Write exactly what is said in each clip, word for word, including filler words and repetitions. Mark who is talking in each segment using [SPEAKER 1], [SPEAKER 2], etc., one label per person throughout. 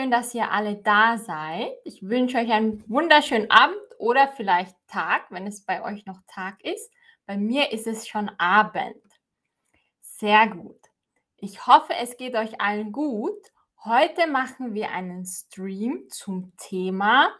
[SPEAKER 1] schön, dass ihr alle da seid. Ich wünsche euch einen wunderschönen Abend oder vielleicht Tag, wenn es bei euch noch Tag ist. Bei mir ist es schon Abend. Sehr gut. Ich hoffe, es geht euch allen gut. Heute machen wir einen Stream zum Thema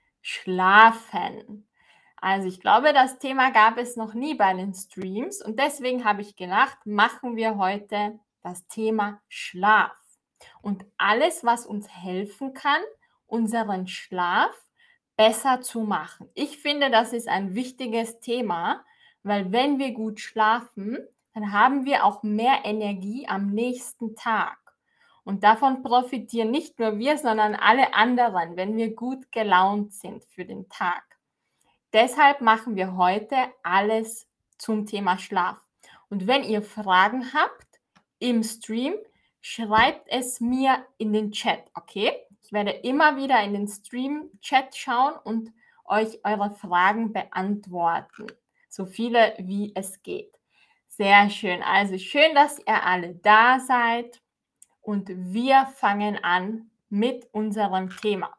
[SPEAKER 1] Schlafen. Also ich glaube, das Thema gab es noch nie bei den Streams und deswegen habe ich gedacht, machen wir heute das Thema Schlaf und alles, was uns helfen kann, unseren Schlaf besser zu machen. Ich finde, das ist ein wichtiges Thema, weil wenn wir gut schlafen, dann haben wir auch mehr Energie am nächsten Tag. Und davon profitieren nicht nur wir, sondern alle anderen, wenn wir gut gelaunt sind für den Tag. Deshalb machen wir heute alles zum Thema Schlaf. Und wenn ihr Fragen habt im Stream, schreibt es mir in den Chat, okay? Ich werde immer wieder in den Stream-Chat schauen und euch eure Fragen beantworten. So viele wie es geht. Sehr schön. Also schön, dass ihr alle da seid. Und wir fangen an mit unserem Thema.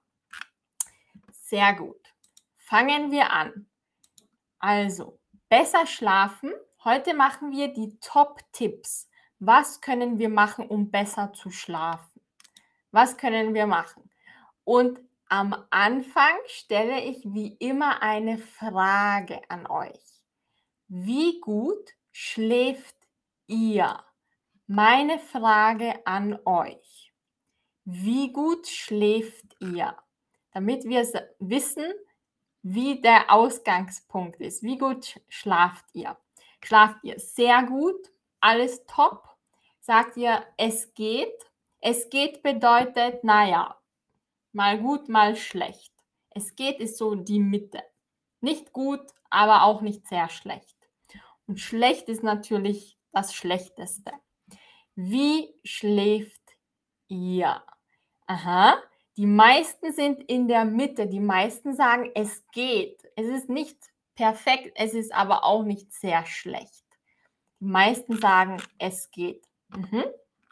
[SPEAKER 1] Sehr gut. Fangen wir an. Also, besser schlafen. Heute machen wir die Top-Tipps. Was können wir machen, um besser zu schlafen? Was können wir machen? Und am Anfang stelle ich wie immer eine Frage an euch. Wie gut schläft ihr? Meine Frage an euch. Wie gut schläft ihr? Damit wir wissen, wie der Ausgangspunkt ist. Wie gut schlaft ihr? Schlaft ihr sehr gut? Alles top? Sagt ihr, es geht? Es geht bedeutet, naja, mal gut, mal schlecht. Es geht ist so die Mitte. Nicht gut, aber auch nicht sehr schlecht. Und schlecht ist natürlich das Schlechteste. Wie schläft ihr? Aha, die meisten sind in der Mitte. Die meisten sagen, es geht. Es ist nicht perfekt, es ist aber auch nicht sehr schlecht. Die meisten sagen, es geht. Mhm.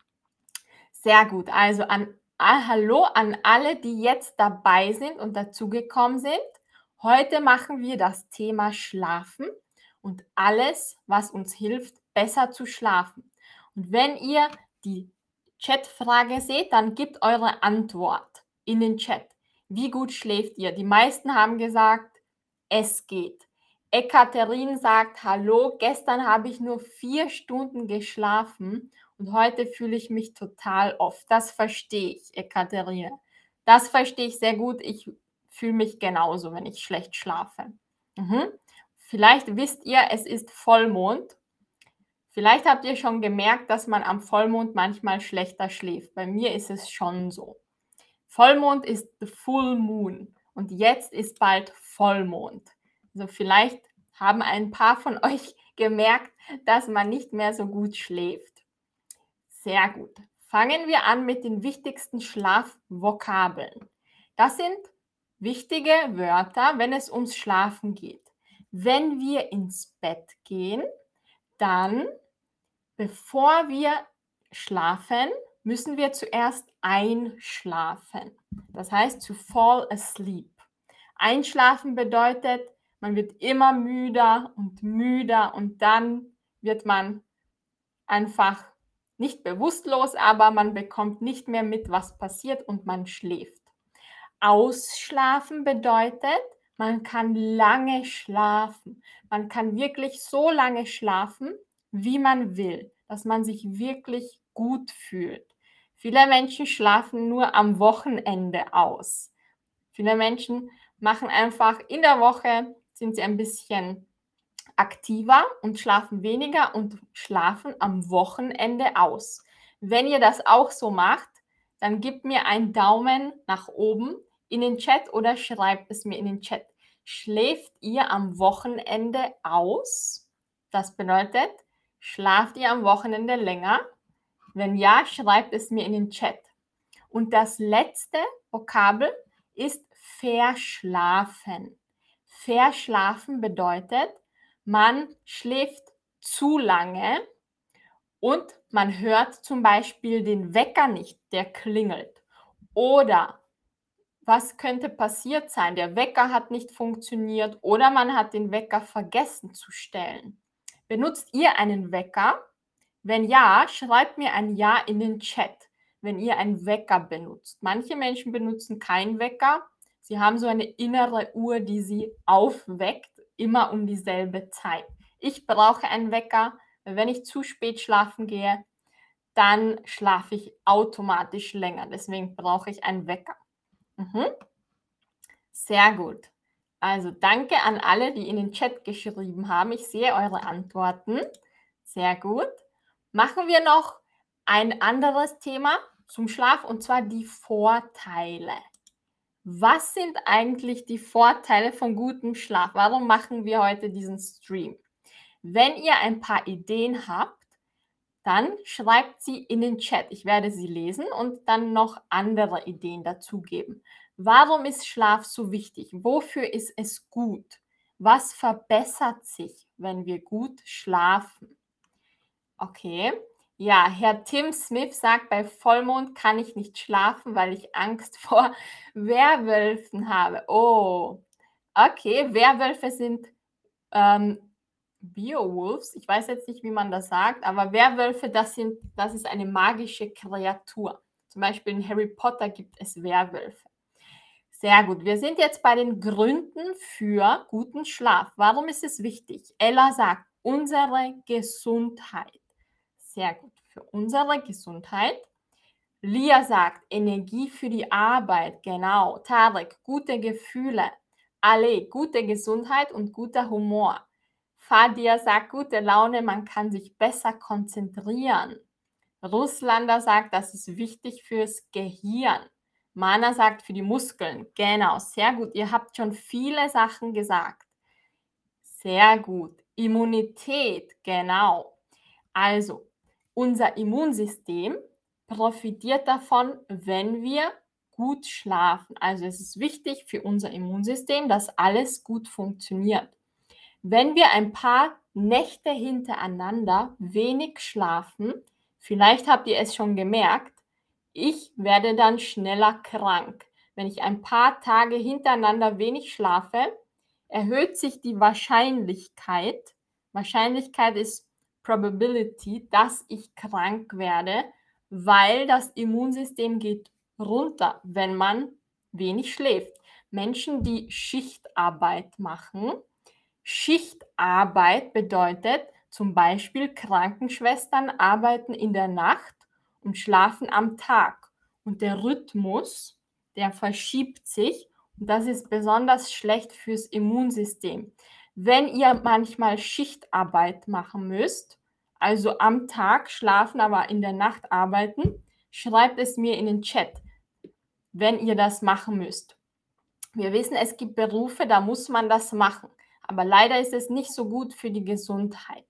[SPEAKER 1] Sehr gut. Also an, ah, hallo an alle, die jetzt dabei sind und dazugekommen sind. Heute machen wir das Thema Schlafen und alles, was uns hilft, besser zu schlafen. Und wenn ihr die Chatfrage seht, dann gebt eure Antwort in den Chat. Wie gut schläft ihr? Die meisten haben gesagt, es geht. Ekaterin sagt, hallo, gestern habe ich nur vier Stunden geschlafen und heute fühle ich mich total oft. Das verstehe ich, Ekaterine. Das verstehe ich sehr gut. Ich fühle mich genauso, wenn ich schlecht schlafe. Mhm. Vielleicht wisst ihr, es ist Vollmond. Vielleicht habt ihr schon gemerkt, dass man am Vollmond manchmal schlechter schläft. Bei mir ist es schon so. Vollmond ist the full moon und jetzt ist bald Vollmond. Also vielleicht haben ein paar von euch gemerkt, dass man nicht mehr so gut schläft. Sehr gut. Fangen wir an mit den wichtigsten Schlafvokabeln. Das sind wichtige Wörter, wenn es ums Schlafen geht. Wenn wir ins Bett gehen, dann, bevor wir schlafen, müssen wir zuerst einschlafen. Das heißt, to fall asleep. Einschlafen bedeutet, man wird immer müder und müder und dann wird man einfach nicht bewusstlos, aber man bekommt nicht mehr mit, was passiert und man schläft. Ausschlafen bedeutet, man kann lange schlafen. Man kann wirklich so lange schlafen, wie man will, dass man sich wirklich gut fühlt. Viele Menschen schlafen nur am Wochenende aus. Viele Menschen machen einfach in der Woche, sind sie ein bisschen aktiver und schlafen weniger und schlafen am Wochenende aus. Wenn ihr das auch so macht, dann gebt mir einen Daumen nach oben in den Chat oder schreibt es mir in den Chat. Schläft ihr am Wochenende aus? Das bedeutet, schlaft ihr am Wochenende länger? Wenn ja, schreibt es mir in den Chat. Und das letzte Vokabel ist verschlafen. Verschlafen bedeutet, man schläft zu lange und man hört zum Beispiel den Wecker nicht, der klingelt. Oder was könnte passiert sein? Der Wecker hat nicht funktioniert oder man hat den Wecker vergessen zu stellen. Benutzt ihr einen Wecker? Wenn ja, schreibt mir ein Ja in den Chat, wenn ihr einen Wecker benutzt. Manche Menschen benutzen keinen Wecker. Sie haben so eine innere Uhr, die sie aufweckt, immer um dieselbe Zeit. Ich brauche einen Wecker, weil wenn ich zu spät schlafen gehe, dann schlafe ich automatisch länger. Deswegen brauche ich einen Wecker. Mhm. Sehr gut. Also danke an alle, die in den Chat geschrieben haben. Ich sehe eure Antworten. Sehr gut. Machen wir noch ein anderes Thema zum Schlaf und zwar die Vorteile. Was sind eigentlich die Vorteile von gutem Schlaf? Warum machen wir heute diesen Stream? Wenn ihr ein paar Ideen habt, dann schreibt sie in den Chat. Ich werde sie lesen und dann noch andere Ideen dazugeben. Warum ist Schlaf so wichtig? Wofür ist es gut? Was verbessert sich, wenn wir gut schlafen? Okay. Ja, Herr Tim Smith sagt, bei Vollmond kann ich nicht schlafen, weil ich Angst vor Werwölfen habe. Oh, okay. Werwölfe sind ähm, Beowulfs. Ich weiß jetzt nicht, wie man das sagt, aber Werwölfe, das sind, das ist eine magische Kreatur. Zum Beispiel in Harry Potter gibt es Werwölfe. Sehr gut. Wir sind jetzt bei den Gründen für guten Schlaf. Warum ist es wichtig? Ella sagt, unsere Gesundheit. Sehr gut. Für unsere Gesundheit. Lia sagt, Energie für die Arbeit. Genau. Tarek, gute Gefühle. Ale, gute Gesundheit und guter Humor. Fadia sagt, gute Laune, man kann sich besser konzentrieren. Ruslander sagt, das ist wichtig fürs Gehirn. Mana sagt, für die Muskeln. Genau, sehr gut. Ihr habt schon viele Sachen gesagt. Sehr gut. Immunität, genau. Also, unser Immunsystem profitiert davon, wenn wir gut schlafen. Also es ist wichtig für unser Immunsystem, dass alles gut funktioniert. Wenn wir ein paar Nächte hintereinander wenig schlafen, vielleicht habt ihr es schon gemerkt, ich werde dann schneller krank. Wenn ich ein paar Tage hintereinander wenig schlafe, erhöht sich die Wahrscheinlichkeit, Wahrscheinlichkeit ist Probability, dass ich krank werde, weil das Immunsystem geht runter, wenn man wenig schläft. Menschen, die Schichtarbeit machen, Schichtarbeit bedeutet zum Beispiel, Krankenschwestern arbeiten in der Nacht und schlafen am Tag. Und der Rhythmus, der verschiebt sich und das ist besonders schlecht fürs Immunsystem. Wenn ihr manchmal Schichtarbeit machen müsst, also am Tag schlafen, aber in der Nacht arbeiten, schreibt es mir in den Chat, wenn ihr das machen müsst. Wir wissen, es gibt Berufe, da muss man das machen. Aber leider ist es nicht so gut für die Gesundheit.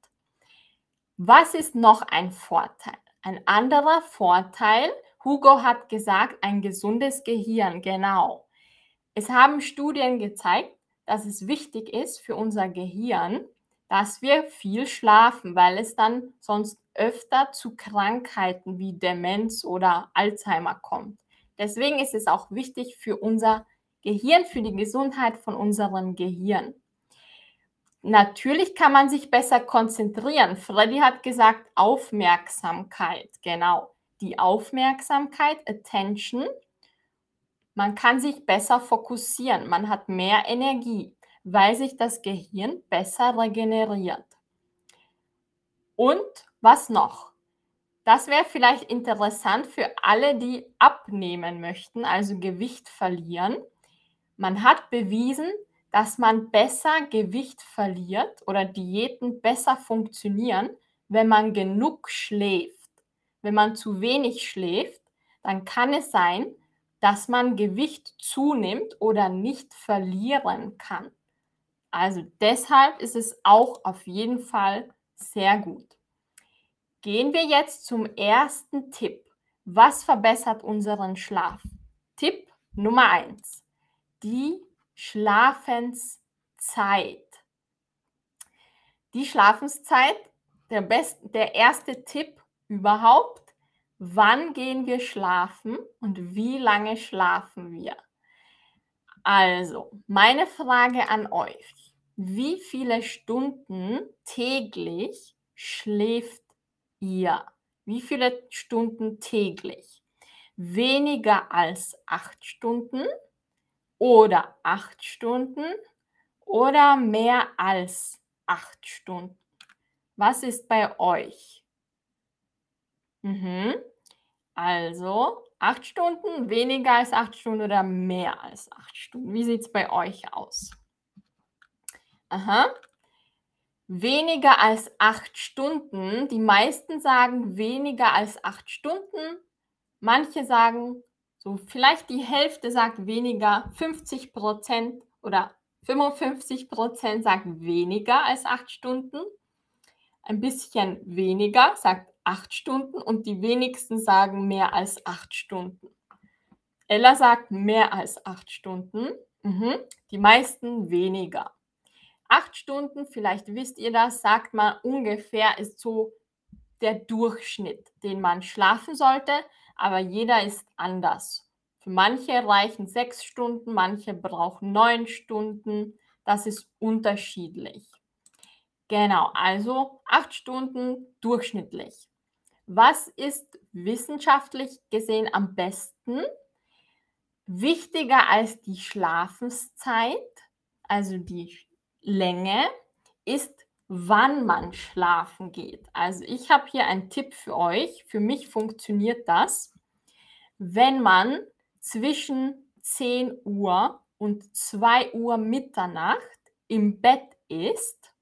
[SPEAKER 1] Was ist noch ein Vorteil? Ein anderer Vorteil, Hugo hat gesagt, ein gesundes Gehirn, genau. Es haben Studien gezeigt, dass es wichtig ist für unser Gehirn, dass wir viel schlafen, weil es dann sonst öfter zu Krankheiten wie Demenz oder Alzheimer kommt. Deswegen ist es auch wichtig für unser Gehirn, für die Gesundheit von unserem Gehirn. Natürlich kann man sich besser konzentrieren. Freddy hat gesagt, Aufmerksamkeit, genau. Die Aufmerksamkeit, Attention. Man kann sich besser fokussieren, man hat mehr Energie, weil sich das Gehirn besser regeneriert. Und was noch? Das wäre vielleicht interessant für alle, die abnehmen möchten, also Gewicht verlieren. Man hat bewiesen, dass man besser Gewicht verliert oder Diäten besser funktionieren, wenn man genug schläft. Wenn man zu wenig schläft, dann kann es sein, dass man Gewicht zunimmt oder nicht verlieren kann. Also deshalb ist es auch auf jeden Fall sehr gut. Gehen wir jetzt zum ersten Tipp. Was verbessert unseren Schlaf? Tipp Nummer eins. Die Schlafenszeit. Die Schlafenszeit, der, best, der erste Tipp überhaupt. Wann gehen wir schlafen und wie lange schlafen wir? Also, meine Frage an euch. Wie viele Stunden täglich schläft ihr? Wie viele Stunden täglich? Weniger als acht Stunden oder acht Stunden oder mehr als acht Stunden? Was ist bei euch? Mhm. Also acht Stunden, weniger als acht Stunden oder mehr als acht Stunden? Wie sieht's bei euch aus? Aha. Weniger als acht Stunden. Die meisten sagen weniger als acht Stunden. Manche sagen so vielleicht die Hälfte sagt weniger, fünfzig Prozent oder fünfundfünfzig Prozent sagen weniger als acht Stunden. Ein bisschen weniger sagt acht Stunden und die wenigsten sagen mehr als acht Stunden. Ella sagt mehr als acht Stunden. Mhm. Die meisten weniger. acht Stunden, vielleicht wisst ihr das, sagt man ungefähr, ist so der Durchschnitt, den man schlafen sollte, aber jeder ist anders. Für manche reichen sechs Stunden, manche brauchen neun Stunden. Das ist unterschiedlich. Genau, also acht Stunden durchschnittlich. Was ist wissenschaftlich gesehen am besten? Wichtiger als die Schlafenszeit, also die Länge, ist, wann man schlafen geht. Also ich habe hier einen Tipp für euch. Für mich funktioniert das, wenn man zwischen zehn Uhr und zwei Uhr Mitternacht im Bett ist,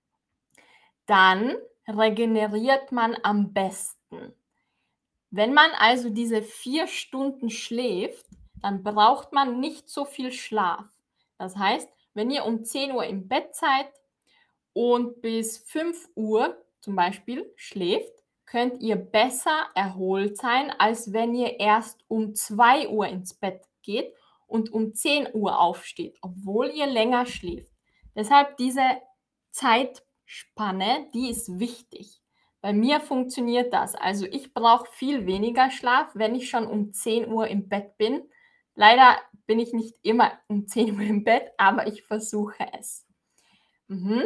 [SPEAKER 1] dann regeneriert man am besten. Wenn man also diese vier Stunden schläft, dann braucht man nicht so viel Schlaf. Das heißt, wenn ihr um zehn Uhr im Bett seid und bis fünf Uhr zum Beispiel schläft, könnt ihr besser erholt sein, als wenn ihr erst um zwei Uhr ins Bett geht und um zehn Uhr aufsteht, obwohl ihr länger schläft. Deshalb diese Zeitspanne, die ist wichtig. Bei mir funktioniert das. Also ich brauche viel weniger Schlaf, wenn ich schon um zehn Uhr im Bett bin. Leider bin ich nicht immer um zehn Uhr im Bett, aber ich versuche es. Mhm.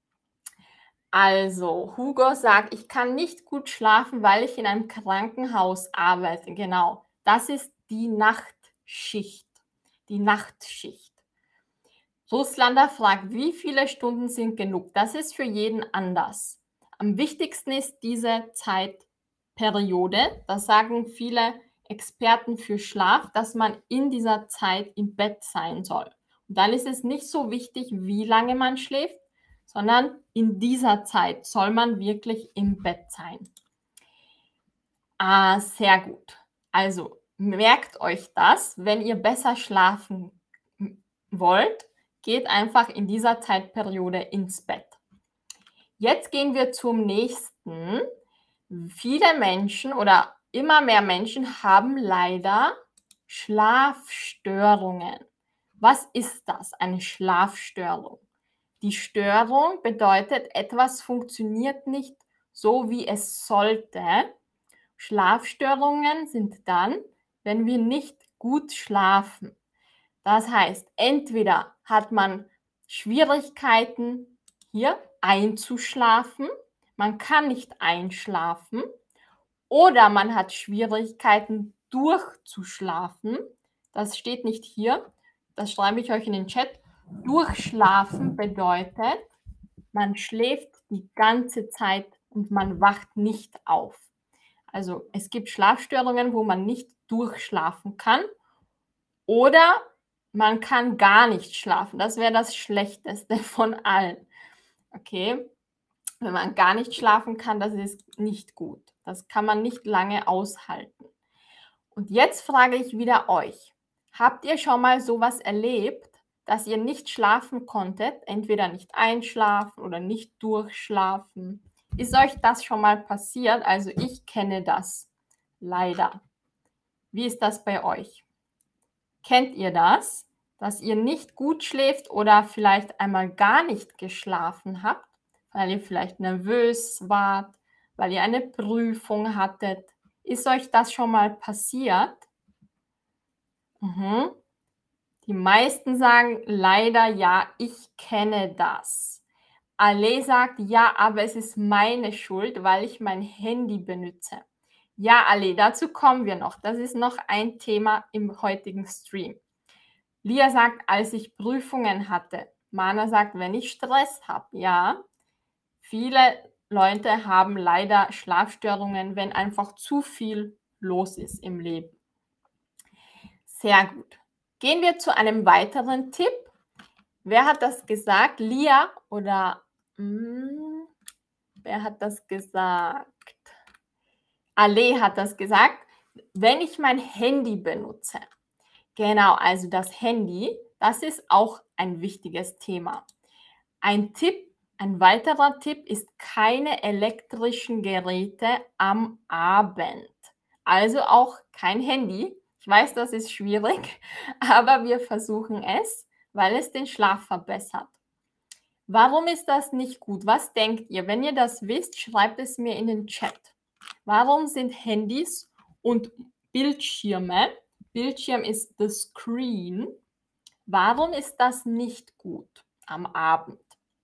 [SPEAKER 1] Also, Hugo sagt, ich kann nicht gut schlafen, weil ich in einem Krankenhaus arbeite. Genau, das ist die Nachtschicht. Die Nachtschicht. Ruslander fragt, wie viele Stunden sind genug? Das ist für jeden anders. Am wichtigsten ist diese Zeitperiode. Das sagen viele Experten für Schlaf, dass man in dieser Zeit im Bett sein soll. Und dann ist es nicht so wichtig, wie lange man schläft, sondern in dieser Zeit soll man wirklich im Bett sein. Ah, sehr gut. Also merkt euch das, wenn ihr besser schlafen wollt, geht einfach in dieser Zeitperiode ins Bett. Jetzt gehen wir zum nächsten. Viele Menschen oder immer mehr Menschen haben leider Schlafstörungen. Was ist das, eine Schlafstörung? Die Störung bedeutet, etwas funktioniert nicht so, wie es sollte. Schlafstörungen sind dann, wenn wir nicht gut schlafen. Das heißt, entweder hat man Schwierigkeiten, hier einzuschlafen, man kann nicht einschlafen, oder man hat Schwierigkeiten durchzuschlafen. Das steht nicht hier, das schreibe ich euch in den Chat. Durchschlafen bedeutet, man schläft die ganze Zeit und man wacht nicht auf. Also es gibt Schlafstörungen, wo man nicht durchschlafen kann oder man kann gar nicht schlafen. Das wäre das Schlechteste von allen. Okay, wenn man gar nicht schlafen kann, das ist nicht gut. Das kann man nicht lange aushalten. Und jetzt frage ich wieder euch, habt ihr schon mal sowas erlebt, dass ihr nicht schlafen konntet, entweder nicht einschlafen oder nicht durchschlafen? Ist euch das schon mal passiert? Also ich kenne das leider. Wie ist das bei euch? Kennt ihr das, dass ihr nicht gut schläft oder vielleicht einmal gar nicht geschlafen habt, weil ihr vielleicht nervös wart, weil ihr eine Prüfung hattet? Ist euch das schon mal passiert? Mhm. Die meisten sagen leider ja, ich kenne das. Ale sagt, ja, aber es ist meine Schuld, weil ich mein Handy benutze. Ja, Ale, dazu kommen wir noch. Das ist noch ein Thema im heutigen Stream. Lia sagt, als ich Prüfungen hatte. Mana sagt, wenn ich Stress habe. Ja, viele Leute haben leider Schlafstörungen, wenn einfach zu viel los ist im Leben. Sehr gut. Gehen wir zu einem weiteren Tipp. Wer hat das gesagt? Lia oder hm, wer hat das gesagt? Ale hat das gesagt. Wenn ich mein Handy benutze. Genau, also das Handy, das ist auch ein wichtiges Thema. Ein Tipp, ein weiterer Tipp ist keine elektrischen Geräte am Abend. Also auch kein Handy. Ich weiß, das ist schwierig, aber wir versuchen es, weil es den Schlaf verbessert. Warum ist das nicht gut? Was denkt ihr? Wenn ihr das wisst, schreibt es mir in den Chat. Warum sind Handys und Bildschirme, Bildschirm ist the screen, warum ist das nicht gut am Abend?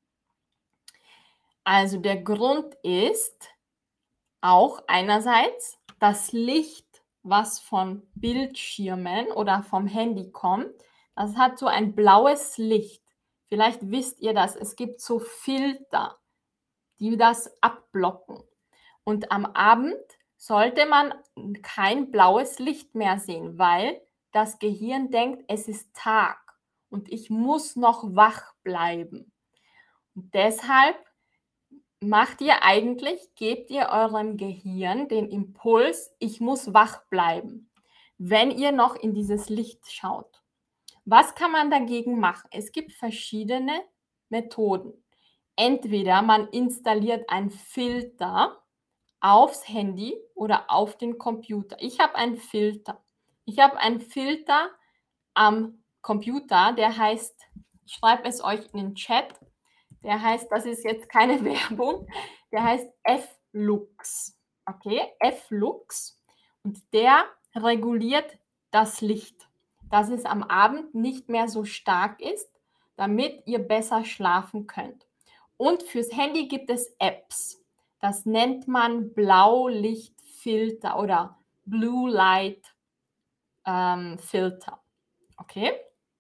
[SPEAKER 1] Also der Grund ist auch einerseits das Licht, was von Bildschirmen oder vom Handy kommt, das hat so ein blaues Licht. Vielleicht wisst ihr das, es gibt so Filter, die das abblocken. Und am Abend sollte man kein blaues Licht mehr sehen, weil das Gehirn denkt, es ist Tag und ich muss noch wach bleiben. Und deshalb macht ihr eigentlich, gebt ihr eurem Gehirn den Impuls, ich muss wach bleiben, wenn ihr noch in dieses Licht schaut. Was kann man dagegen machen? Es gibt verschiedene Methoden. Entweder man installiert einen Filter aufs Handy oder auf den Computer. Ich habe einen Filter. Ich habe einen Filter am Computer, der heißt, ich schreibe es euch in den Chat, der heißt, das ist jetzt keine Werbung, der heißt F-Lux. Okay, F-Lux. Und der reguliert das Licht, dass es am Abend nicht mehr so stark ist, damit ihr besser schlafen könnt. Und fürs Handy gibt es Apps. Das nennt man Blaulichtfilter oder Blue Light ähm, Filter. Okay?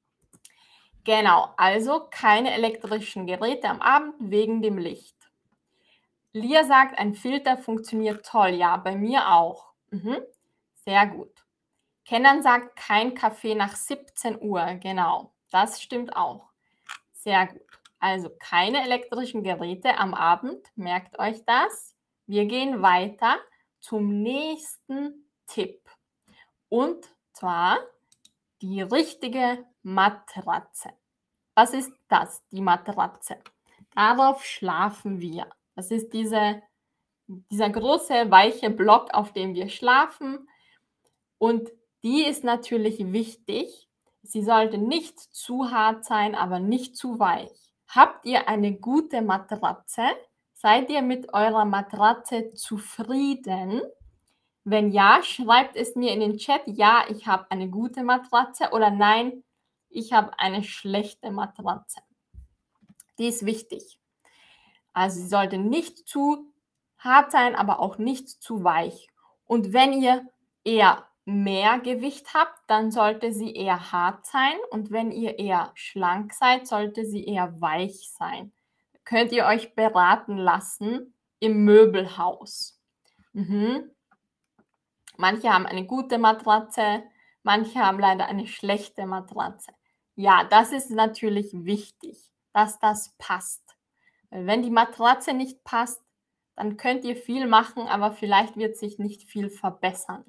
[SPEAKER 1] Genau, also keine elektrischen Geräte am Abend wegen dem Licht. Lia sagt, ein Filter funktioniert toll. Ja, bei mir auch. Mhm. Sehr gut. Kenan sagt, kein Kaffee nach siebzehn Uhr. Genau, das stimmt auch. Sehr gut. Also keine elektrischen Geräte am Abend. Merkt euch das. Wir gehen weiter zum nächsten Tipp. Und zwar die richtige Matratze. Was ist das, die Matratze? Darauf schlafen wir. Das ist diese, dieser große, weiche Block, auf dem wir schlafen. Und die ist natürlich wichtig. Sie sollte nicht zu hart sein, aber nicht zu weich. Habt ihr eine gute Matratze? Seid ihr mit eurer Matratze zufrieden? Wenn ja, schreibt es mir in den Chat, ja, ich habe eine gute Matratze oder nein, ich habe eine schlechte Matratze. Die ist wichtig. Also sie sollte nicht zu hart sein, aber auch nicht zu weich. Und wenn ihr eher mehr Gewicht habt, dann sollte sie eher hart sein. Und wenn ihr eher schlank seid, sollte sie eher weich sein. Könnt ihr euch beraten lassen im Möbelhaus. Mhm. Manche haben eine gute Matratze, manche haben leider eine schlechte Matratze. Ja, das ist natürlich wichtig, dass das passt. Wenn die Matratze nicht passt, dann könnt ihr viel machen, aber vielleicht wird sich nicht viel verbessern.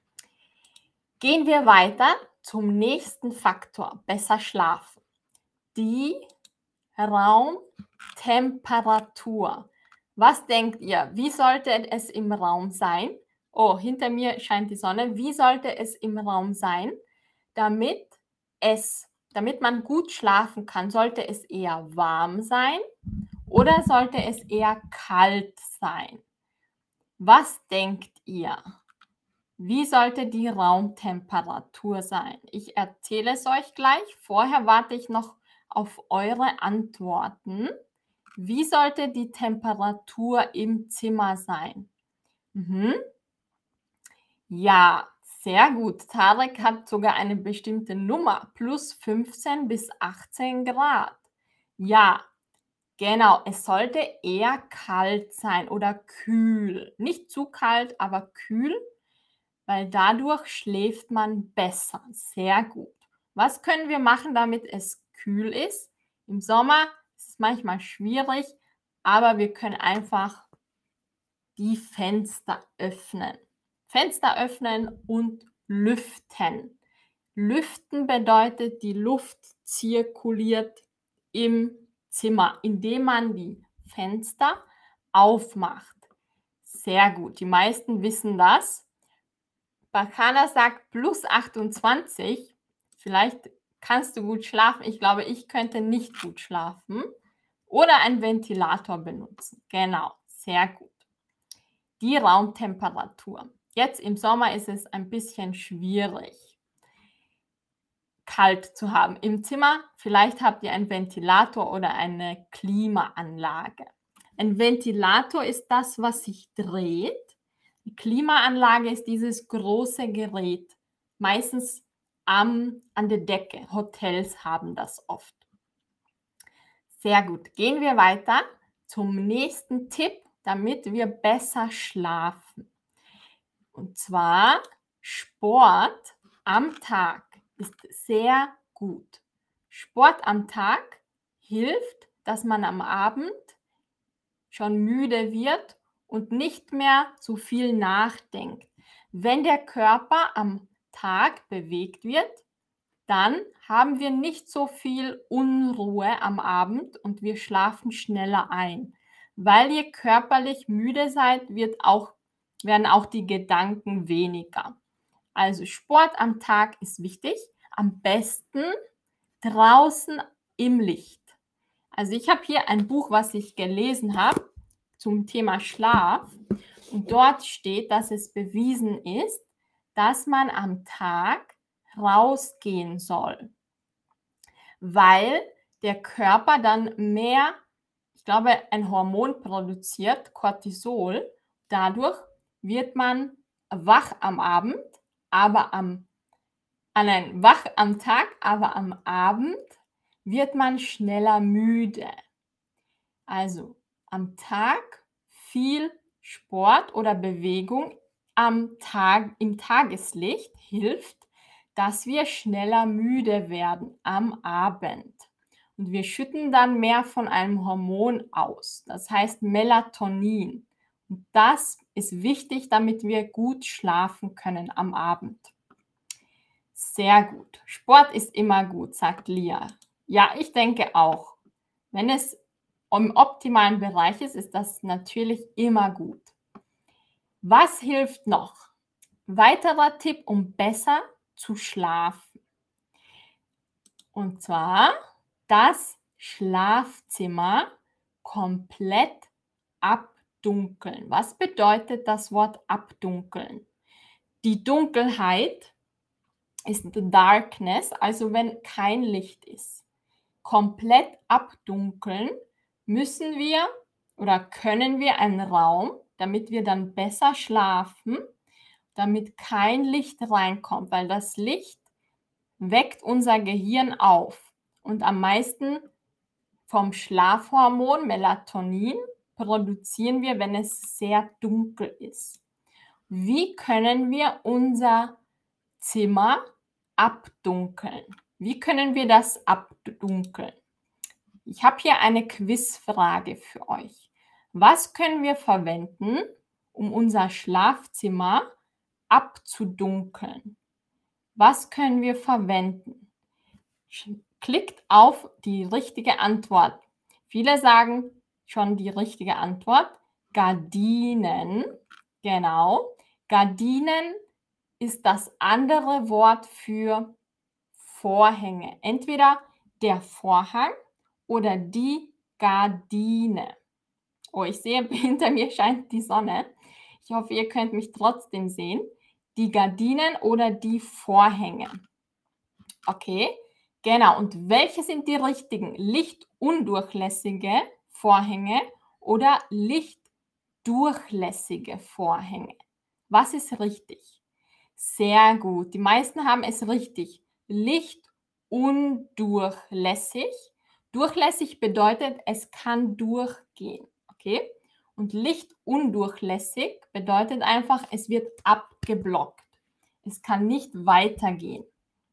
[SPEAKER 1] Gehen wir weiter zum nächsten Faktor, besser schlafen. Die Raumtemperatur. Was denkt ihr? Wie sollte es im Raum sein? Oh, hinter mir scheint die Sonne. Wie sollte es im Raum sein, damit es, damit man gut schlafen kann? Sollte es eher warm sein oder sollte es eher kalt sein? Was denkt ihr? Wie sollte die Raumtemperatur sein? Ich erzähle es euch gleich. Vorher warte ich noch auf eure Antworten. Wie sollte die Temperatur im Zimmer sein? Mhm. Ja, sehr gut. Tarek hat sogar eine bestimmte Nummer, plus fünfzehn bis achtzehn Grad. Ja, genau, es sollte eher kalt sein oder kühl. Nicht zu kalt, aber kühl, weil dadurch schläft man besser. Sehr gut. Was können wir machen, damit es kühl ist? Im Sommer ist es manchmal schwierig, aber wir können einfach die Fenster öffnen. Fenster öffnen und lüften. Lüften bedeutet, die Luft zirkuliert im Zimmer, indem man die Fenster aufmacht. Sehr gut, die meisten wissen das. Bakana sagt plus achtundzwanzig. Vielleicht kannst du gut schlafen. Ich glaube, ich könnte nicht gut schlafen. Oder einen Ventilator benutzen. Genau, sehr gut. Die Raumtemperatur. Jetzt im Sommer ist es ein bisschen schwierig, kalt zu haben. Im Zimmer, vielleicht habt ihr einen Ventilator oder eine Klimaanlage. Ein Ventilator ist das, was sich dreht. Die Klimaanlage ist dieses große Gerät, meistens am, an der Decke. Hotels haben das oft. Sehr gut. Gehen wir weiter zum nächsten Tipp, damit wir besser schlafen. Und zwar Sport am Tag ist sehr gut. Sport am Tag hilft, dass man am Abend schon müde wird und nicht mehr zu viel nachdenkt. Wenn der Körper am Tag bewegt wird, dann haben wir nicht so viel Unruhe am Abend und wir schlafen schneller ein. Weil ihr körperlich müde seid, wird auch, werden auch die Gedanken weniger. Also Sport am Tag ist wichtig. Am besten draußen im Licht. Also ich habe hier ein Buch, was ich gelesen habe zum Thema Schlaf. Und dort steht, dass es bewiesen ist, dass man am Tag rausgehen soll, weil der Körper dann mehr, ich glaube, ein Hormon produziert, Cortisol. Dadurch wird man wach am Abend, aber am, ah nein, wach am Tag, aber am Abend wird man schneller müde. Also am Tag viel Sport oder Bewegung am Tag, im Tageslicht hilft, dass wir schneller müde werden am Abend. Und wir schütten dann mehr von einem Hormon aus, das heißt Melatonin. Und das ist wichtig, damit wir gut schlafen können am Abend. Sehr gut. Sport ist immer gut, sagt Lia. Ja, ich denke auch. Wenn es im optimalen Bereich ist, ist das natürlich immer gut. Was hilft noch? Weiterer Tipp, um besser zu schlafen. Und zwar das Schlafzimmer komplett abdunkeln. Was bedeutet das Wort abdunkeln? Die Dunkelheit ist the darkness, also wenn kein Licht ist. Komplett abdunkeln müssen wir oder können wir einen Raum, damit wir dann besser schlafen, damit kein Licht reinkommt, weil das Licht weckt unser Gehirn auf. Und am meisten vom Schlafhormon Melatonin produzieren wir, wenn es sehr dunkel ist. Wie können wir unser Zimmer abdunkeln? Wie können wir das abdunkeln? Ich habe hier eine Quizfrage für euch. Was können wir verwenden, um unser Schlafzimmer abzudunkeln? Was können wir verwenden? Klickt auf die richtige Antwort. Viele sagen schon die richtige Antwort. Gardinen. Genau. Gardinen ist das andere Wort für Vorhänge. Entweder der Vorhang oder die Gardine. Oh, ich sehe, hinter mir scheint die Sonne. Ich hoffe, ihr könnt mich trotzdem sehen. die Gardinen oder die Vorhänge. Okay, genau. Und welche sind die richtigen? Lichtundurchlässige Vorhänge oder lichtdurchlässige Vorhänge? Was ist richtig? Sehr gut. Die meisten haben es richtig. Lichtundurchlässig. Durchlässig bedeutet, es kann durchgehen. Okay? Und lichtundurchlässig bedeutet einfach, es wird abgeblockt. Es kann nicht weitergehen.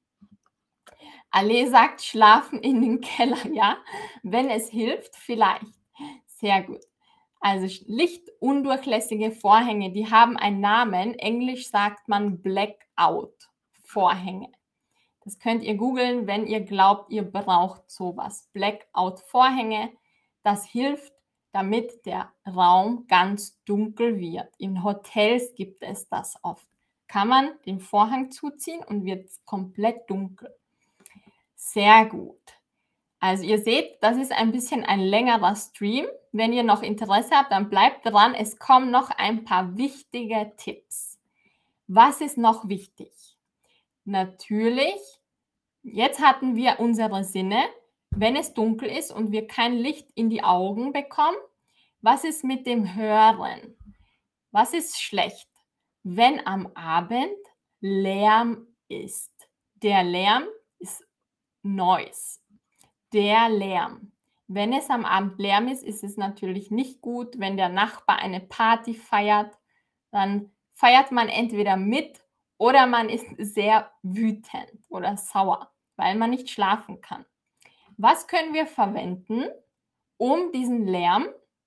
[SPEAKER 1] Ale sagt, schlafen in den Keller, ja? Wenn es hilft, vielleicht. Sehr gut. Also lichtundurchlässige Vorhänge, die haben einen Namen. Englisch sagt man Blackout-Vorhänge. Das könnt ihr googeln, wenn ihr glaubt, ihr braucht sowas. Blackout-Vorhänge, das hilft, damit der Raum ganz dunkel wird. In Hotels gibt es das oft. Kann man den Vorhang zuziehen und wird komplett dunkel. Sehr gut. Also ihr seht, das ist ein bisschen ein längerer Stream. Wenn ihr noch Interesse habt, dann bleibt dran. Es kommen noch ein paar wichtige Tipps. Was ist noch wichtig? Natürlich, jetzt hatten wir unsere Sinne. Wenn es dunkel ist und wir kein Licht in die Augen bekommen, was ist mit dem Hören? Was ist schlecht? Wenn am Abend Lärm ist. Der Lärm ist Noise. Der Lärm. Wenn es am Abend Lärm ist, ist es natürlich nicht gut. Wenn der Nachbar eine Party feiert, dann feiert man entweder mit oder man ist sehr wütend oder sauer, weil man nicht schlafen kann. Was können wir verwenden, um diesen Lärm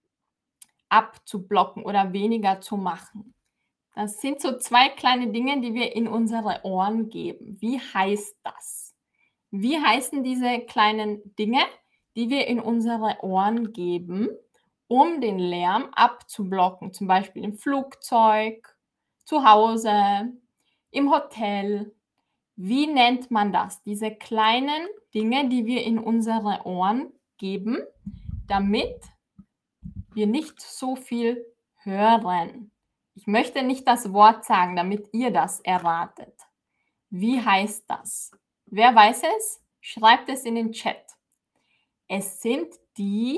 [SPEAKER 1] abzublocken oder weniger zu machen? Das sind so zwei kleine Dinge, die wir in unsere Ohren geben. Wie heißt das? Wie heißen diese kleinen Dinge, die wir in unsere Ohren geben, um den Lärm abzublocken? Zum Beispiel im Flugzeug, zu Hause, im Hotel. Wie nennt man das? Diese kleinen Dinge, die wir in unsere Ohren geben, damit wir nicht so viel hören. Ich möchte nicht das Wort sagen, damit ihr das erratet. Wie heißt das? Wer weiß es? Schreibt es in den Chat. Es sind die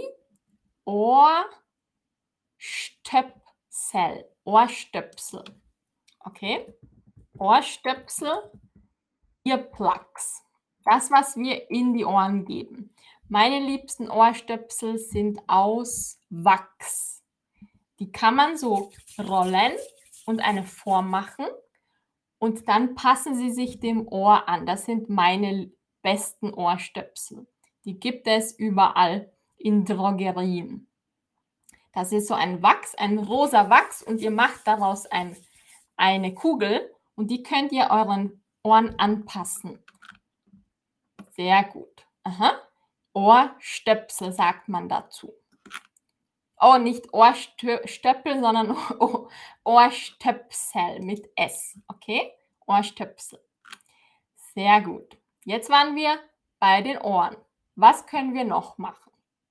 [SPEAKER 1] Ohrstöpsel. Ohrstöpsel. Okay? Ohrstöpsel, Earplugs. Das, was wir in die Ohren geben. Meine liebsten Ohrstöpsel sind aus Wachs. Die kann man so rollen und eine Form machen. Und dann passen sie sich dem Ohr an. Das sind meine besten Ohrstöpsel. Die gibt es überall in Drogerien. Das ist so ein Wachs, ein rosa Wachs und ihr macht daraus ein, eine Kugel und die könnt ihr euren Ohren anpassen. Sehr gut. Aha. Ohrstöpsel sagt man dazu. Oh, nicht Ohrstöppel, sondern Ohrstöpsel mit S. Okay? Ohrstöpsel. Sehr gut. Jetzt waren wir bei den Ohren. Was können wir noch machen?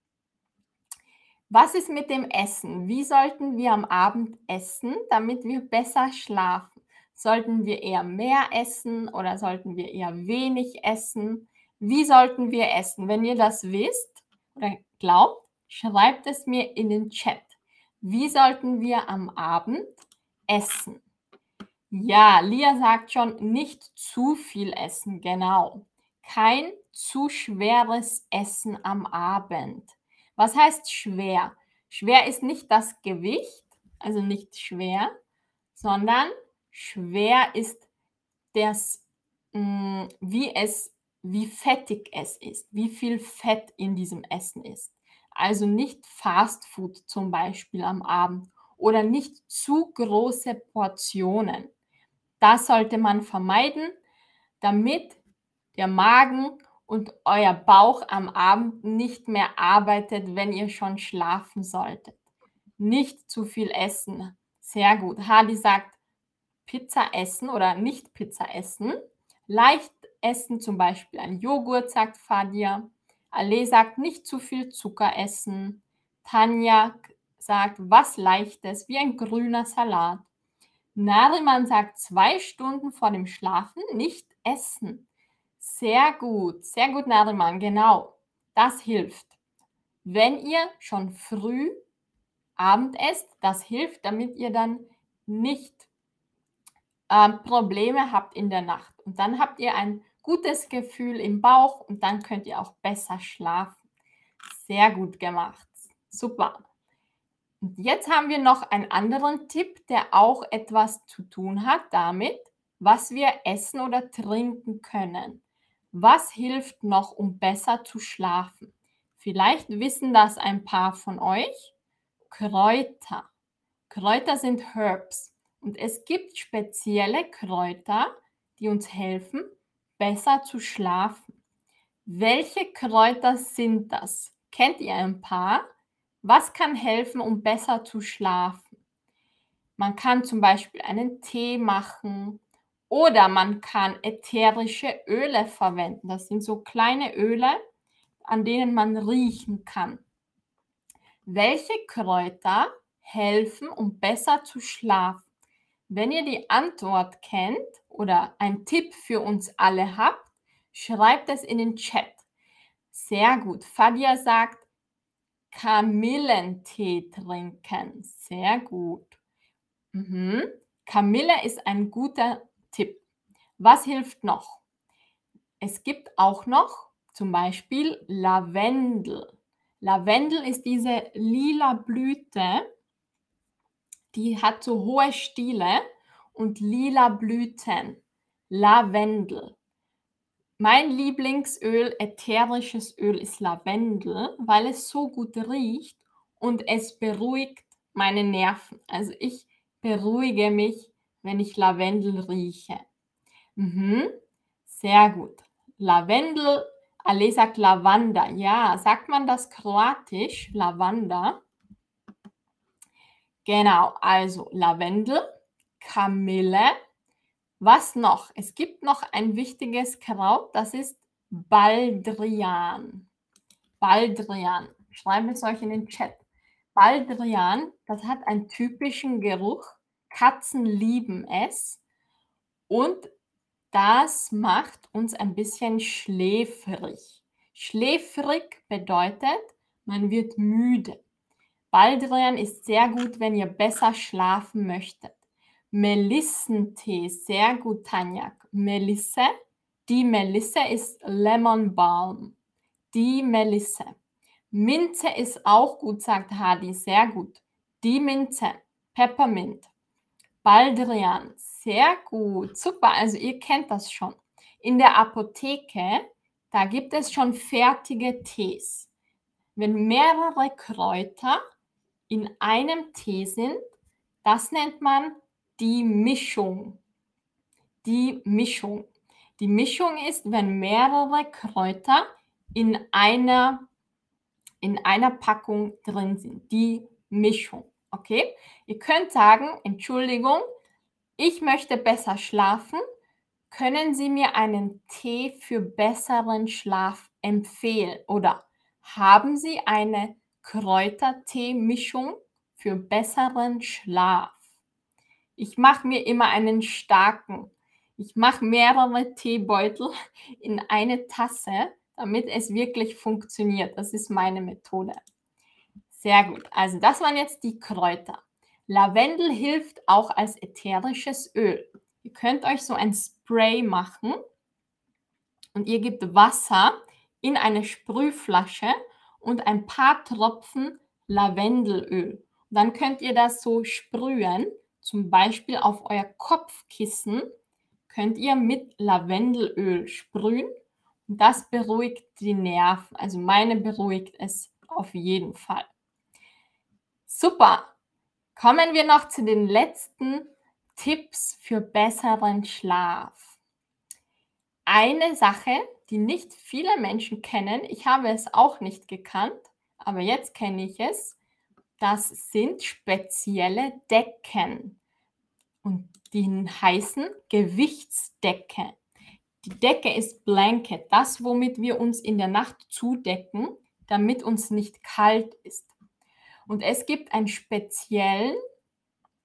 [SPEAKER 1] Was ist mit dem Essen? Wie sollten wir am Abend essen, damit wir besser schlafen? Sollten wir eher mehr essen oder sollten wir eher wenig essen? Wie sollten wir essen? Wenn ihr das wisst oder glaubt, schreibt es mir in den Chat. Wie sollten wir am Abend essen? Ja, Lia sagt schon, nicht zu viel essen, genau. Kein zu schweres Essen am Abend. Was heißt schwer? Schwer ist nicht das Gewicht, also nicht schwer, sondern schwer ist das, mh, wie es, wie fettig es ist, wie viel Fett in diesem Essen ist. Also nicht Fast Food zum Beispiel am Abend oder nicht zu große Portionen. Das sollte man vermeiden, damit der Magen und euer Bauch am Abend nicht mehr arbeitet, wenn ihr schon schlafen solltet. Nicht zu viel essen. Sehr gut. Hadi sagt Pizza essen oder nicht Pizza essen. Leicht essen, zum Beispiel ein Joghurt, sagt Fadia. Ale sagt nicht zu viel Zucker essen. Tanja sagt was Leichtes, wie ein grüner Salat. Nariman sagt zwei Stunden vor dem Schlafen nicht essen. Sehr gut, sehr gut, Nariman, genau. Das hilft. Wenn ihr schon früh Abend esst, das hilft, damit ihr dann nicht ähm, Probleme habt in der Nacht. Und dann habt ihr ein gutes Gefühl im Bauch und dann könnt ihr auch besser schlafen. Sehr gut gemacht. Super. Und jetzt haben wir noch einen anderen Tipp, der auch etwas zu tun hat damit, was wir essen oder trinken können. Was hilft noch, um besser zu schlafen? Vielleicht wissen das ein paar von euch. Kräuter. Kräuter sind Herbs und es gibt spezielle Kräuter, die uns helfen, besser zu schlafen. Welche Kräuter sind das? Kennt ihr ein paar? Was kann helfen, um besser zu schlafen? Man kann zum Beispiel einen Tee machen oder man kann ätherische Öle verwenden. Das sind so kleine Öle, an denen man riechen kann. Welche Kräuter helfen, um besser zu schlafen? Wenn ihr die Antwort kennt oder einen Tipp für uns alle habt, schreibt es in den Chat. Sehr gut. Fadia sagt, Kamillentee trinken. Sehr gut. Mhm. Kamille ist ein guter Tipp. Was hilft noch? Es gibt auch noch zum Beispiel Lavendel. Lavendel ist diese lila Blüte, die hat so hohe Stiele und lila Blüten. Lavendel. Mein Lieblingsöl, ätherisches Öl, ist Lavendel, weil es so gut riecht und es beruhigt meine Nerven. Also ich beruhige mich, wenn ich Lavendel rieche. Mhm. Sehr gut. Lavendel, Ale sagt Lavanda. Ja, sagt man das kroatisch? Lavanda. Genau, also Lavendel, Kamille. Was noch? Es gibt noch ein wichtiges Kraut, das ist Baldrian. Baldrian. Schreibt es euch in den Chat. Baldrian, das hat einen typischen Geruch. Katzen lieben es. Und das macht uns ein bisschen schläfrig. Schläfrig bedeutet, man wird müde. Baldrian ist sehr gut, wenn ihr besser schlafen möchtet. Melissentee, sehr gut, Tanja. Melisse, die Melisse ist Lemon Balm. Die Melisse. Minze ist auch gut, sagt Hadi, sehr gut. Die Minze, Peppermint. Baldrian, sehr gut, super, also ihr kennt das schon. In der Apotheke, da gibt es schon fertige Tees. Wenn mehrere Kräuter in einem Tee sind, das nennt man die Mischung. Die Mischung. Die Mischung ist, wenn mehrere Kräuter in einer, in einer Packung drin sind. Die Mischung. Okay? Ihr könnt sagen, Entschuldigung, ich möchte besser schlafen. Können Sie mir einen Tee für besseren Schlaf empfehlen? Oder haben Sie eine Kräutertee-Mischung für besseren Schlaf? Ich mache mir immer einen starken. Ich mache mehrere Teebeutel in eine Tasse, damit es wirklich funktioniert. Das ist meine Methode. Sehr gut. Also das waren jetzt die Kräuter. Lavendel hilft auch als ätherisches Öl. Ihr könnt euch so ein Spray machen und ihr gebt Wasser in eine Sprühflasche und ein paar Tropfen Lavendelöl. Und dann könnt ihr das so sprühen, zum Beispiel auf euer Kopfkissen könnt ihr mit Lavendelöl sprühen und das beruhigt die Nerven. Also meine beruhigt es auf jeden Fall. Super. Kommen wir noch zu den letzten Tipps für besseren Schlaf. Eine Sache, die nicht viele Menschen kennen, ich habe es auch nicht gekannt, aber jetzt kenne ich es, das sind spezielle Decken. Und die heißen Gewichtsdecke. Die Decke ist Blanket, das, womit wir uns in der Nacht zudecken, damit uns nicht kalt ist. Und es gibt einen speziellen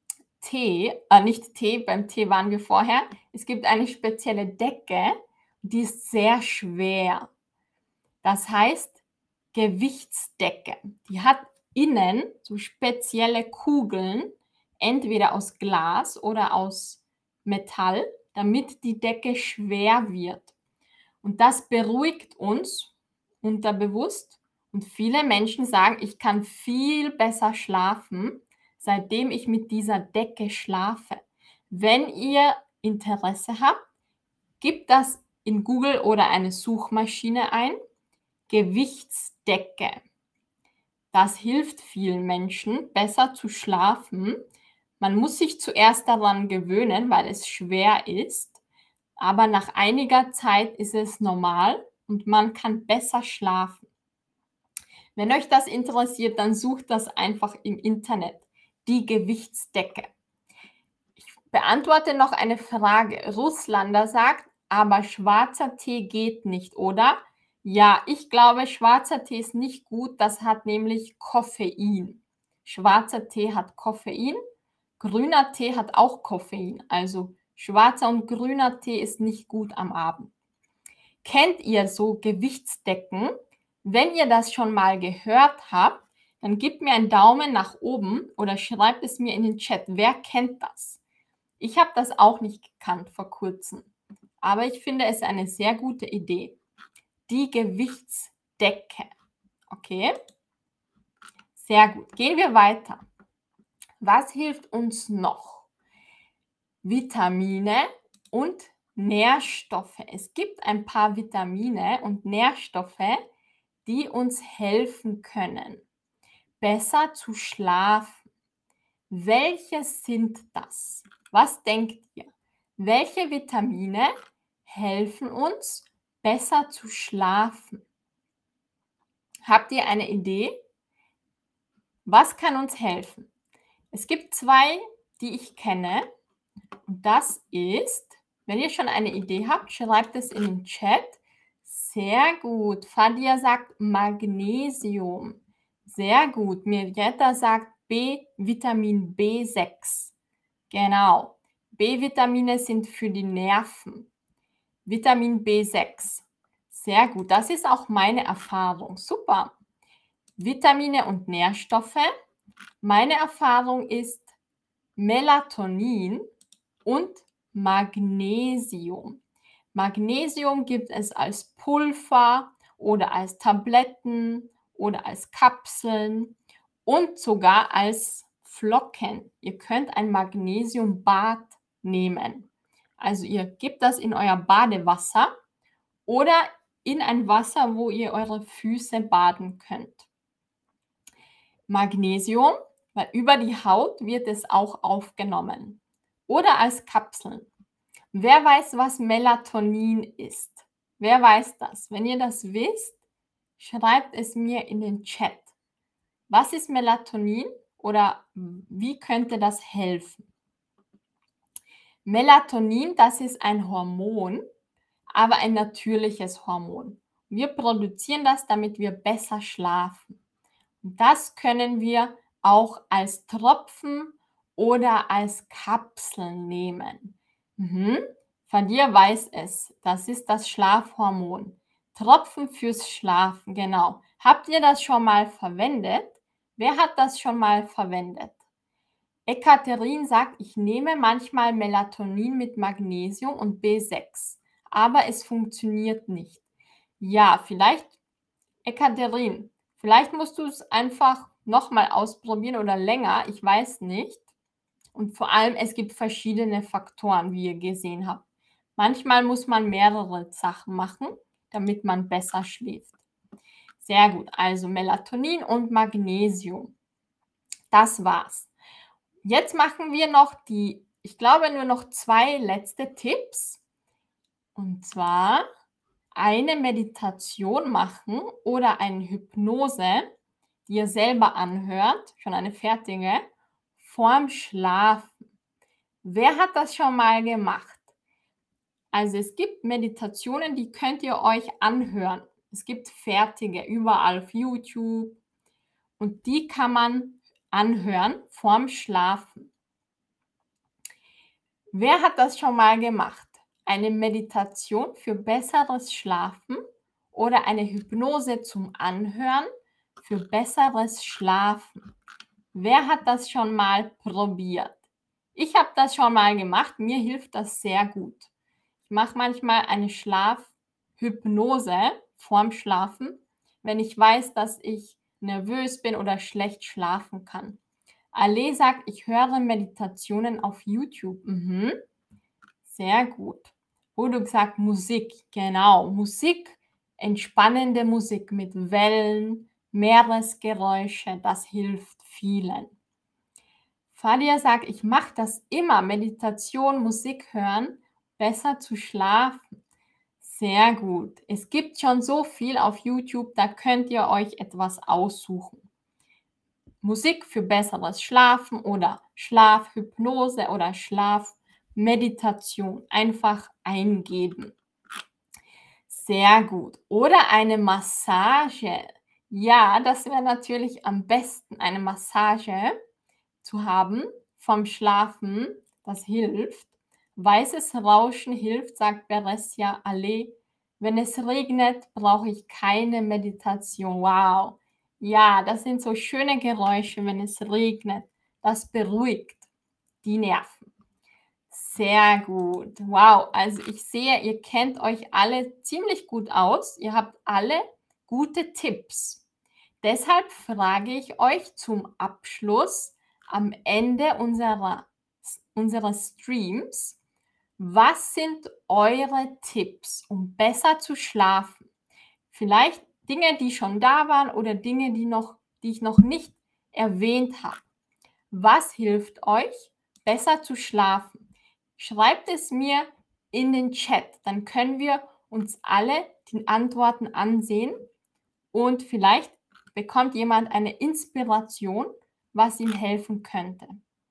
[SPEAKER 1] Tee äh, nicht Tee, beim Tee waren wir vorher. Es gibt eine spezielle Decke, die ist sehr schwer. Das heißt Gewichtsdecke. Die hat innen so spezielle Kugeln, entweder aus Glas oder aus Metall, damit die Decke schwer wird. Und das beruhigt uns unterbewusst. Und viele Menschen sagen, ich kann viel besser schlafen, seitdem ich mit dieser Decke schlafe. Wenn ihr Interesse habt, gebt das in Google oder eine Suchmaschine ein. Gewichtsdecke. Das hilft vielen Menschen, besser zu schlafen. Man muss sich zuerst daran gewöhnen, weil es schwer ist, aber nach einiger Zeit ist es normal und man kann besser schlafen. Wenn euch das interessiert, dann sucht das einfach im Internet, die Gewichtsdecke. Ich beantworte noch eine Frage. Russlander sagt, aber schwarzer Tee geht nicht, oder? Ja, ich glaube, schwarzer Tee ist nicht gut, das hat nämlich Koffein. Schwarzer Tee hat Koffein, grüner Tee hat auch Koffein, also schwarzer und grüner Tee ist nicht gut am Abend. Kennt ihr so Gewichtsdecken? Wenn ihr das schon mal gehört habt, dann gebt mir einen Daumen nach oben oder schreibt es mir in den Chat. Wer kennt das? Ich habe das auch nicht gekannt vor Kurzem, aber ich finde es eine sehr gute Idee. Die Gewichtsdecke. Okay, sehr gut. Gehen wir weiter. Was hilft uns noch? Vitamine und Nährstoffe. Es gibt ein paar Vitamine und Nährstoffe, die uns helfen können, besser zu schlafen. Welche sind das? Was denkt ihr? Welche Vitamine helfen uns, besser zu schlafen? Habt ihr eine Idee? Was kann uns helfen? Es gibt zwei, die ich kenne. Und das ist, wenn ihr schon eine Idee habt, schreibt es in den Chat. Sehr gut. Fadia sagt Magnesium. Sehr gut. Mirjeta sagt B, Vitamin B sechs. Genau. B-Vitamine sind für die Nerven. Vitamin B sechs. Sehr gut. Das ist auch meine Erfahrung. Super. Vitamine und Nährstoffe. Meine Erfahrung ist Melatonin und Magnesium. Magnesium gibt es als Pulver oder als Tabletten oder als Kapseln und sogar als Flocken. Ihr könnt ein Magnesiumbad nehmen. Also ihr gebt das in euer Badewasser oder in ein Wasser, wo ihr eure Füße baden könnt. Magnesium, weil über die Haut wird es auch aufgenommen. Oder als Kapseln. Wer weiß, was Melatonin ist? Wer weiß das? Wenn ihr das wisst, schreibt es mir in den Chat. Was ist Melatonin oder wie könnte das helfen? Melatonin, das ist ein Hormon, aber ein natürliches Hormon. Wir produzieren das, damit wir besser schlafen. Und das können wir auch als Tropfen oder als Kapseln nehmen. Mhm. Fadir weiß es. Das ist das Schlafhormon. Tropfen fürs Schlafen, genau. Habt ihr das schon mal verwendet? Wer hat das schon mal verwendet? Ekaterin sagt, ich nehme manchmal Melatonin mit Magnesium und B sechs, aber es funktioniert nicht. Ja, vielleicht, Ekaterin, vielleicht musst du es einfach nochmal ausprobieren oder länger, ich weiß nicht. Und vor allem, es gibt verschiedene Faktoren, wie ihr gesehen habt. Manchmal muss man mehrere Sachen machen, damit man besser schläft. Sehr gut, also Melatonin und Magnesium. Das war's. Jetzt machen wir noch die, ich glaube, nur noch zwei letzte Tipps. Und zwar eine Meditation machen oder eine Hypnose, die ihr selber anhört, schon eine fertige, vorm Schlafen. Wer hat das schon mal gemacht? Also es gibt Meditationen, die könnt ihr euch anhören. Es gibt fertige überall auf YouTube und die kann man anhören vorm Schlafen. Wer hat das schon mal gemacht? Eine Meditation für besseres Schlafen oder eine Hypnose zum Anhören für besseres Schlafen? Wer hat das schon mal probiert? Ich habe das schon mal gemacht, mir hilft das sehr gut. Ich mache manchmal eine Schlafhypnose vorm Schlafen, wenn ich weiß, dass ich nervös bin oder schlecht schlafen kann. Ale sagt, ich höre Meditationen auf YouTube. Mhm, sehr gut. Udo sagt Musik, genau. Musik, entspannende Musik mit Wellen, Meeresgeräusche, das hilft vielen. Fadia sagt, ich mache das immer, Meditation, Musik hören, besser zu schlafen. Sehr gut. Es gibt schon so viel auf YouTube, da könnt ihr euch etwas aussuchen. Musik für besseres Schlafen oder Schlafhypnose oder Schlafmeditation. Einfach eingeben. Sehr gut. Oder eine Massage. Ja, das wäre natürlich am besten, eine Massage zu haben vom Schlafen. Das hilft. Weißes Rauschen hilft, sagt Beressia Ale. Wenn es regnet, brauche ich keine Meditation. Wow. Ja, das sind so schöne Geräusche, wenn es regnet. Das beruhigt die Nerven. Sehr gut. Wow, also ich sehe, ihr kennt euch alle ziemlich gut aus. Ihr habt alle gute Tipps. Deshalb frage ich euch zum Abschluss am Ende unserer, unseres Streams, was sind eure Tipps, um besser zu schlafen? Vielleicht Dinge, die schon da waren oder Dinge, die, noch, die ich noch nicht erwähnt habe. Was hilft euch, besser zu schlafen? Schreibt es mir in den Chat, dann können wir uns alle die Antworten ansehen und vielleicht bekommt jemand eine Inspiration, was ihm helfen könnte.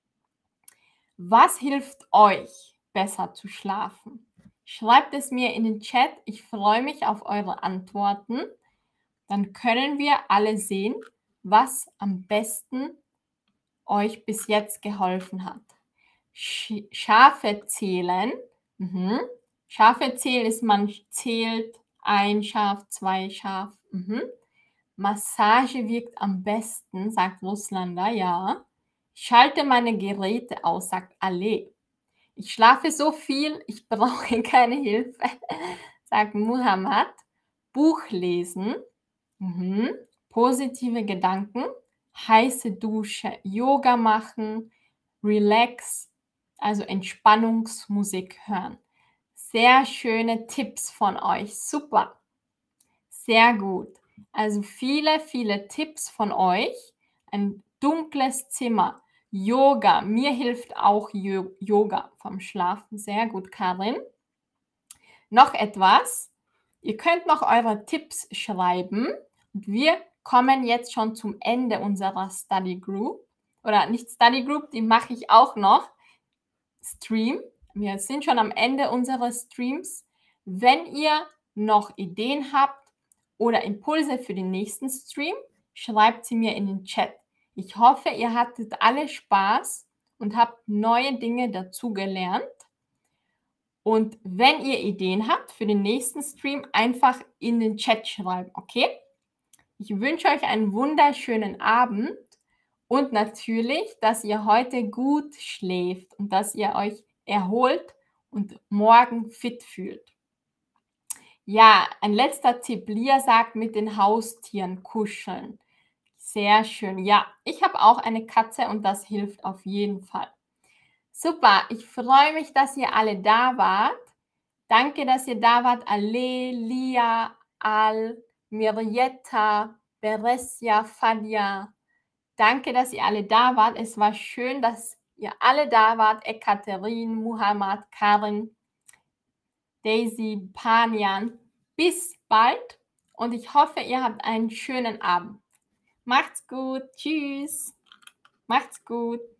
[SPEAKER 1] Was hilft euch, besser zu schlafen? Schreibt es mir in den Chat. Ich freue mich auf eure Antworten. Dann können wir alle sehen, was am besten euch bis jetzt geholfen hat. Sch Schafe zählen. Mhm. Schafe zählen ist, man zählt ein Schaf, zwei Schaf. Mhm. Massage wirkt am besten, sagt Ruslander, ja. Ich schalte meine Geräte aus, sagt Ale. Ich schlafe so viel, ich brauche keine Hilfe, sagt Muhammad. Buch lesen, mhm. Positive Gedanken, heiße Dusche, Yoga machen, Relax, also Entspannungsmusik hören. Sehr schöne Tipps von euch, super, sehr gut. Also viele, viele Tipps von euch. Ein dunkles Zimmer, Yoga, mir hilft auch Yo- Yoga vom Schlafen. Sehr gut, Karin. Noch etwas, ihr könnt noch eure Tipps schreiben und wir kommen jetzt schon zum Ende unserer Study Group. Oder nicht Study Group, die mache ich auch noch. Stream. Wir sind schon am Ende unseres Streams. Wenn ihr noch Ideen habt oder Impulse für den nächsten Stream, schreibt sie mir in den Chat. Ich hoffe, ihr hattet alle Spaß und habt neue Dinge dazugelernt. Und wenn ihr Ideen habt für den nächsten Stream, einfach in den Chat schreiben, okay? Ich wünsche euch einen wunderschönen Abend und natürlich, dass ihr heute gut schläft und dass ihr euch erholt und morgen fit fühlt. Ja, ein letzter Tipp. Lia sagt, mit den Haustieren kuscheln. Sehr schön. Ja, ich habe auch eine Katze und das hilft auf jeden Fall. Super, ich freue mich, dass ihr alle da wart. Danke, dass ihr da wart. Ale, Lia, Al, Mirietta, Beressia, Fadia. Danke, dass ihr alle da wart. Es war schön, dass ihr alle da wart. Ekaterin, Muhammad, Karin, Daisy, Panian. Bis bald und ich hoffe, ihr habt einen schönen Abend. Macht's gut. Tschüss. Macht's gut.